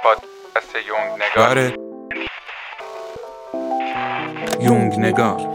پادکست یونگ نگار. یونگ نگار.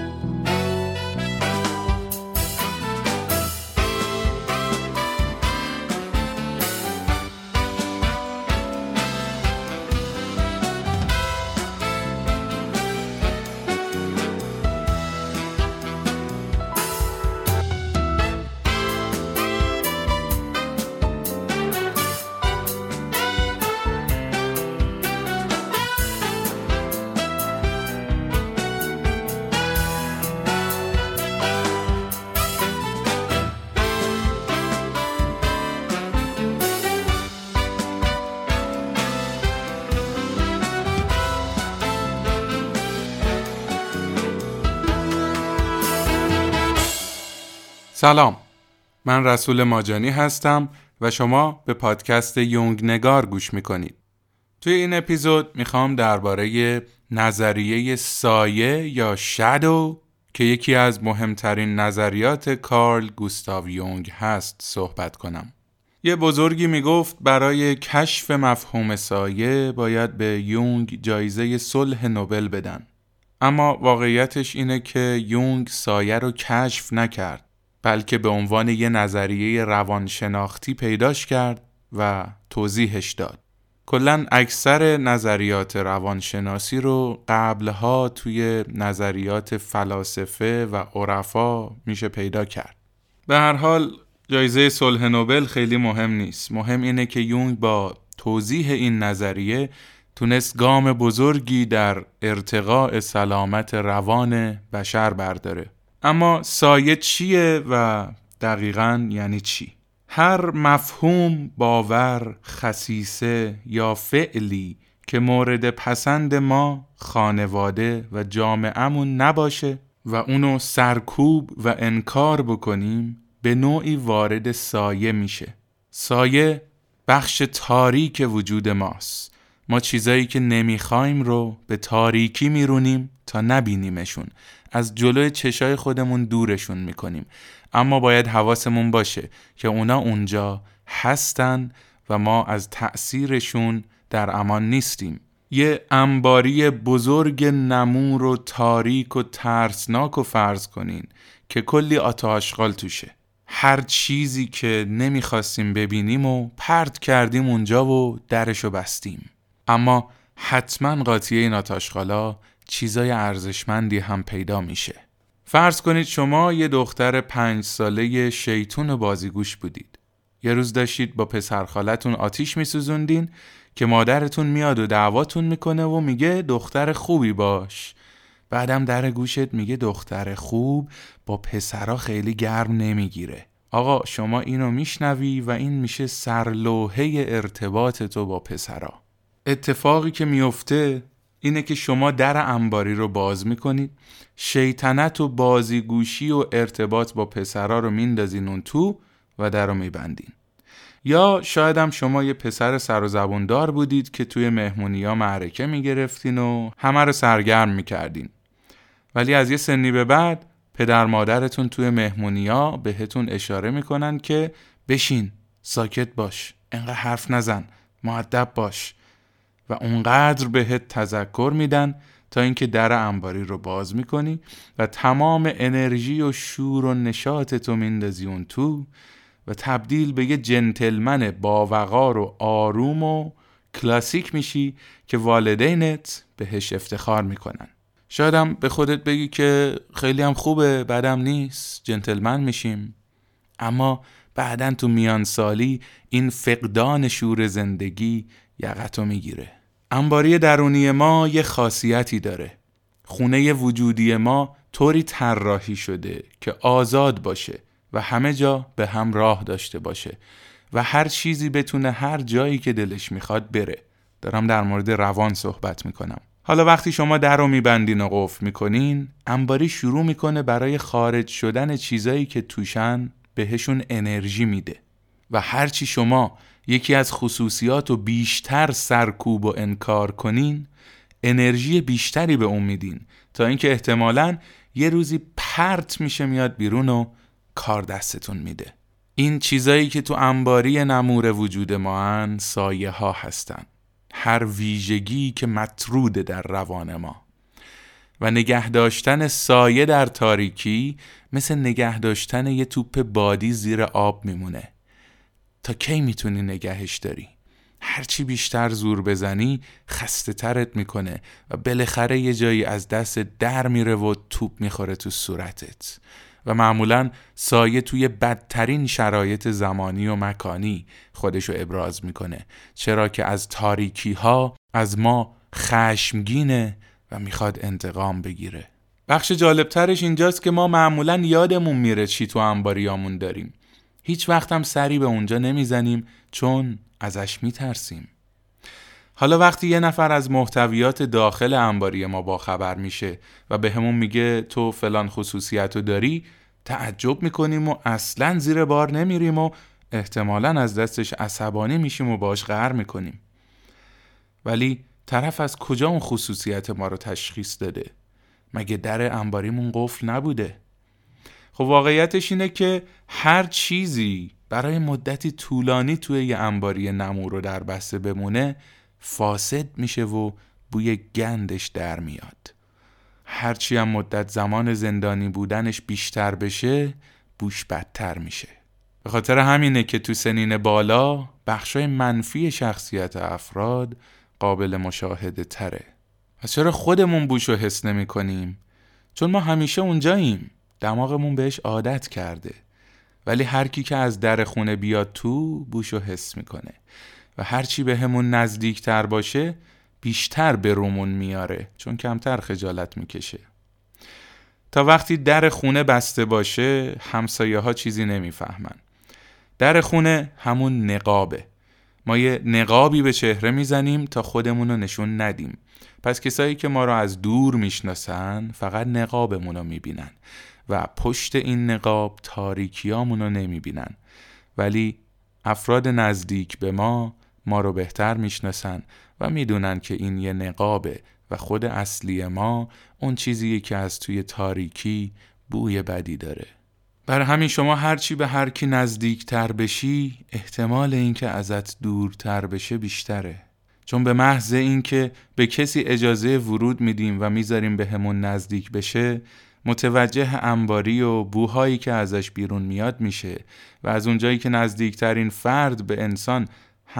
سلام، من رسول ماجانی هستم و شما به پادکست یونگ نگار گوش میکنید. توی این اپیزود میخوام درباره نظریه سایه یا شادو که یکی از مهمترین نظریات کارل گوستاو یونگ هست صحبت کنم. یه بزرگی میگفت برای کشف مفهوم سایه باید به یونگ جایزه صلح نوبل بدن. اما واقعیتش اینه که یونگ سایه رو کشف نکرد، بلکه به عنوان یه نظریه روانشناختی پیداش کرد و توضیحش داد. کلاً اکثر نظریات روانشناسی رو قبلها توی نظریات فلاسفه و عرفا میشه پیدا کرد. به هر حال جایزه صلح نوبل خیلی مهم نیست. مهم اینه که یونگ با توضیح این نظریه تونست گام بزرگی در ارتقاء سلامت روان بشر برداره. اما سایه چیه و دقیقاً یعنی چی؟ هر مفهوم، باور، خصیصه یا فعلی که مورد پسند ما، خانواده و جامعه‌مون نباشه و اونو سرکوب و انکار بکنیم به نوعی وارد سایه میشه. سایه بخش تاریک وجود ماست. ما چیزایی که نمیخوایم رو به تاریکی میرونیم تا نبینیمشون. از جلوی چشای خودمون دورشون میکنیم. اما باید حواسمون باشه که اونا اونجا هستن و ما از تأثیرشون در امان نیستیم. یه انباری بزرگ نمور و تاریک و ترسناک و فرض کنین که کلی آتش‌آشغال توشه. هر چیزی که نمیخواستیم ببینیم و پرت کردیم اونجا و درشو بستیم. اما حتما قاطی این آتش‌آشغالا چیزای ارزشمندی هم پیدا میشه. فرض کنید شما یه دختر 5 ساله شیطون و بازیگوش بودید. یه روز داشتید با پسرخالتون آتیش میسوزوندین که مادرتون میاد و دعواتون میکنه و میگه دختر خوبی باش. بعدم در گوشت میگه دختر خوب با پسرا خیلی گرم نمیگیره. آقا شما اینو میشنوی و این میشه سرلوحه ارتباط تو با پسرا. اتفاقی که میفته اینه که شما در انباری رو باز میکنید، شیطنت و بازیگوشی و ارتباط با پسرا رو میندازین اون تو و در رو میبندین. یا شاید هم شما یه پسر سر و زبون دار بودید که توی مهمونی‌ها معرکه میگرفتین و همه رو سرگرم میکردین. ولی از یه سنی به بعد پدر مادرتون توی مهمونی‌ها بهتون اشاره میکنن که بشین، ساکت باش، انقدر حرف نزن، مؤدب باش و اونقدر بهت تذکر میدن تا اینکه در انباری رو باز میکنی و تمام انرژی و شور و نشاطتو میندازی اون تو و تبدیل به یه جنتلمن باوقار و آروم و کلاسیک میشی که والدینت بهش افتخار میکنن. شاید هم به خودت بگی که خیلی هم خوبه، بعدم نیست، جنتلمن میشیم. اما بعدن تو میان سالی این فقدان شور زندگی یقتو میگیره. انباری درونی ما یه خاصیتی داره. خونه وجودی ما طوری طراحی شده که آزاد باشه و همه جا به هم راه داشته باشه و هر چیزی بتونه هر جایی که دلش میخواد بره. دارم در مورد روان صحبت میکنم. حالا وقتی شما در رو میبندین و قفل میکنین، انباری شروع میکنه برای خارج شدن چیزایی که توشن بهشون انرژی میده و هرچی شما یکی از خصوصیات رو بیشتر سرکوب و انکار کنین، انرژی بیشتری به اون میدین تا اینکه احتمالاً یه روزی پرت میشه میاد بیرون و کار دستتون میده. این چیزایی که تو انباری نمور وجود ما هن سایه ها هستن. هر ویژگی که مطروده در روان ما. و نگه داشتن سایه در تاریکی مثل نگه داشتن یه توپ بادی زیر آب میمونه. تا کی میتونی نگهش داری؟ هرچی بیشتر زور بزنی خسته ترت میکنه و بالاخره یه جایی از دست در میره و توپ میخوره تو صورتت. و معمولاً سایه توی بدترین شرایط زمانی و مکانی خودشو ابراز میکنه، چرا که از تاریکی ها از ما خشمگینه و میخواد انتقام بگیره. بخش جالبترش اینجاست که ما معمولاً یادمون میره چی تو انباریامون داریم. هیچ وقت هم سری به اونجا نمیزنیم چون ازش میترسیم. حالا وقتی یه نفر از محتویات داخل انباری ما با خبر میشه و به همون میگه تو فلان خصوصیتو داری، تعجب میکنیم و اصلاً زیر بار نمیریم و احتمالاً از دستش عصبانی میشیم و باش قهر میکنیم. ولی طرف از کجا اون خصوصیت ما رو تشخیص داده؟ مگه در انباریمون قفل نبوده؟ خب واقعیتش اینه که هر چیزی برای مدتی طولانی توی یه انباری نمور رو در بسته بمونه فاسد میشه و بوی گندش در میاد. هرچی هم مدت زمان زندانی بودنش بیشتر بشه بوش بدتر میشه. به خاطر همینه که تو سنین بالا بخشای منفی شخصیت افراد قابل مشاهده تره. پس چرا خودمون بوشو حس نمی کنیم؟ چون ما همیشه اونجاییم، دماغمون بهش عادت کرده. ولی هر کی که از در خونه بیاد تو بوشو حس میکنه و هرچی به همون نزدیک تر باشه بیشتر به رومون میاره، چون کمتر خجالت میکشه. تا وقتی در خونه بسته باشه همسایه ها چیزی نمیفهمن. در خونه همون نقابه. ما یه نقابی به چهره میزنیم تا خودمون رو نشون ندیم. پس کسایی که ما رو از دور میشناسن فقط نقابمون رو میبینن و پشت این نقاب تاریکیامون رو نمیبینن. ولی افراد نزدیک به ما رو بهتر میشناسن و میدونن که این یه نقابه و خود اصلی ما اون چیزیه که از توی تاریکی بوی بدی داره. برای همین شما هرچی به هر کی نزدیکتر بشی احتمال اینکه ازت دورتر بشه بیشتره. چون به محض اینکه به کسی اجازه ورود میدیم و میذاریم به همون نزدیک بشه، متوجه انباری و بوهایی که ازش بیرون میاد میشه و از اونجایی که نزدیکترین فرد به انسان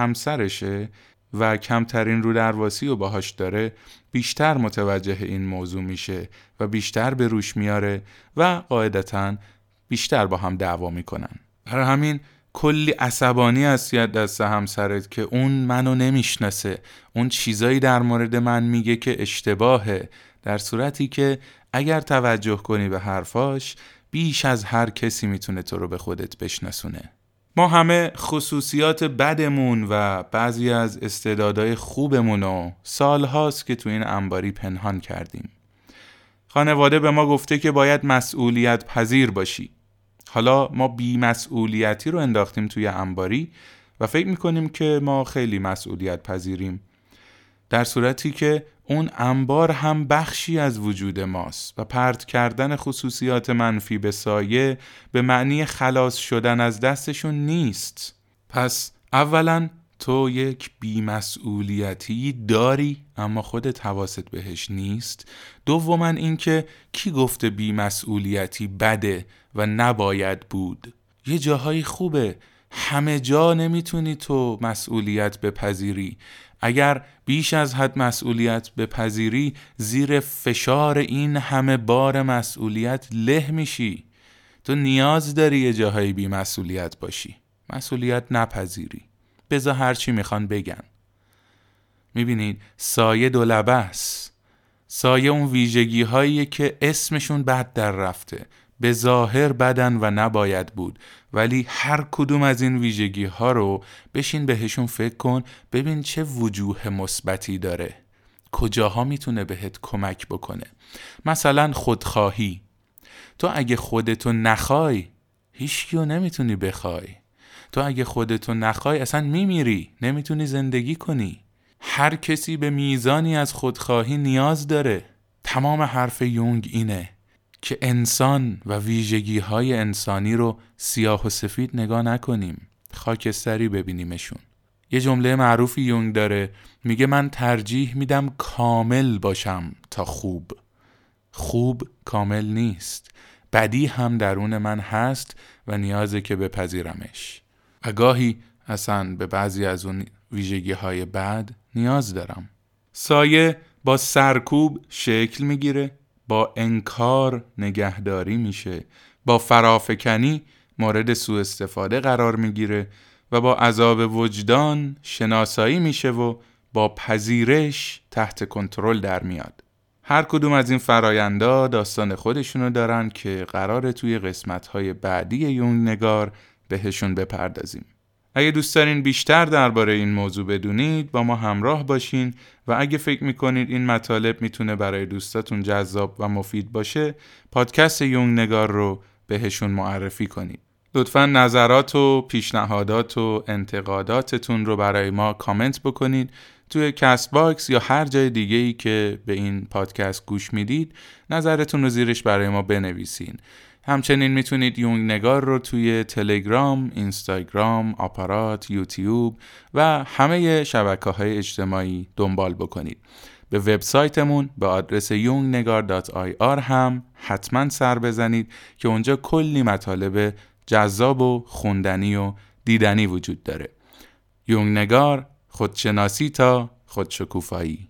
همسرشه و کمترین رو درواسی و باهاش داره، بیشتر متوجه این موضوع میشه و بیشتر به روش میاره و قاعدتاً بیشتر با هم دعوا میکنن. برای همین کلی عصبانی هستی از دست همسرت که اون منو نمیشناسه، اون چیزایی در مورد من میگه که اشتباهه، در صورتی که اگر توجه کنی به حرفاش بیش از هر کسی میتونه تو رو به خودت بشناسونه. ما همه خصوصیات بدمون و بعضی از استعدادهای خوبمونو سالهاست که تو این انباری پنهان کردیم. خانواده به ما گفته که باید مسئولیت پذیر باشی. حالا ما بی‌مسئولیتی رو انداختیم توی انباری و فکر میکنیم که ما خیلی مسئولیت پذیریم، در صورتی که اون انبار هم بخشی از وجود ماست و پرت کردن خصوصیات منفی به سایه به معنی خلاص شدن از دستشون نیست. پس اولا تو یک بی‌مسئولیتی داری اما خودت حواست بهش نیست. دوما این که کی گفته بی‌مسئولیتی بده و نباید بود؟ یه جاهایی خوبه، همه جا نمیتونی تو مسئولیت بپذیری. اگر بیش از حد مسئولیت بپذیری زیر فشار این همه بار مسئولیت له میشی. تو نیاز داری یه جاهایی بی مسئولیت باشی، مسئولیت نپذیری، بذار هرچی میخوان بگن. میبینید سایه دولبه است. سایه اون ویژگی هاییه که اسمشون بد در رفته، به ظاهر بدن و نباید بود، ولی هر کدوم از این ویژگی ها رو بشین بهشون فکر کن، ببین چه وجوه مثبتی داره، کجاها میتونه بهت کمک بکنه. مثلا خودخواهی. تو اگه خودتو نخوای هیچکیو نمیتونی بخوای. تو اگه خودتو نخوای اصلا میمیری، نمیتونی زندگی کنی. هر کسی به میزانی از خودخواهی نیاز داره. تمام حرف یونگ اینه که انسان و ویژگی‌های انسانی رو سیاه و سفید نگاه نکنیم، خاکستری ببینیمشون. یه جمله معروفی یونگ داره، میگه من ترجیح میدم کامل باشم تا خوب. خوب کامل نیست، بدی هم درون من هست و نیازه که بپذیرمش و گاهی اصلا به بعضی از اون ویژگی های بد نیاز دارم. سایه با سرکوب شکل میگیره، با انکار نگهداری میشه، با فرافکنی مورد سوء استفاده قرار میگیره و با عذاب وجدان شناسایی میشه و با پذیرش تحت کنترل در میاد. هر کدوم از این فرایندا داستان خودشونو دارن که قراره توی قسمت‌های بعدی یونگ نگار بهشون بپردازیم. اگه دوست دارین بیشتر درباره این موضوع بدونید با ما همراه باشین و اگه فکر میکنید این مطالب میتونه برای دوستاتون جذاب و مفید باشه، پادکست یونگ نگار رو بهشون معرفی کنید. لطفاً نظرات و پیشنهادات و انتقاداتتون رو برای ما کامنت بکنید توی کست باکس یا هر جای دیگه‌ای که به این پادکست گوش میدید. نظرتون رو زیرش برای ما بنویسین. همچنین میتونید یونگ نگار رو توی تلگرام، اینستاگرام، آپارات، یوتیوب و همه شبکه‌های اجتماعی دنبال بکنید. به وبسایتمون به آدرس yungnegar.ir هم حتما سر بزنید که اونجا کلی مطالب جذاب و خوندنی و دیدنی وجود داره. یونگ نگار، خودشناسی تا خودشکوفایی.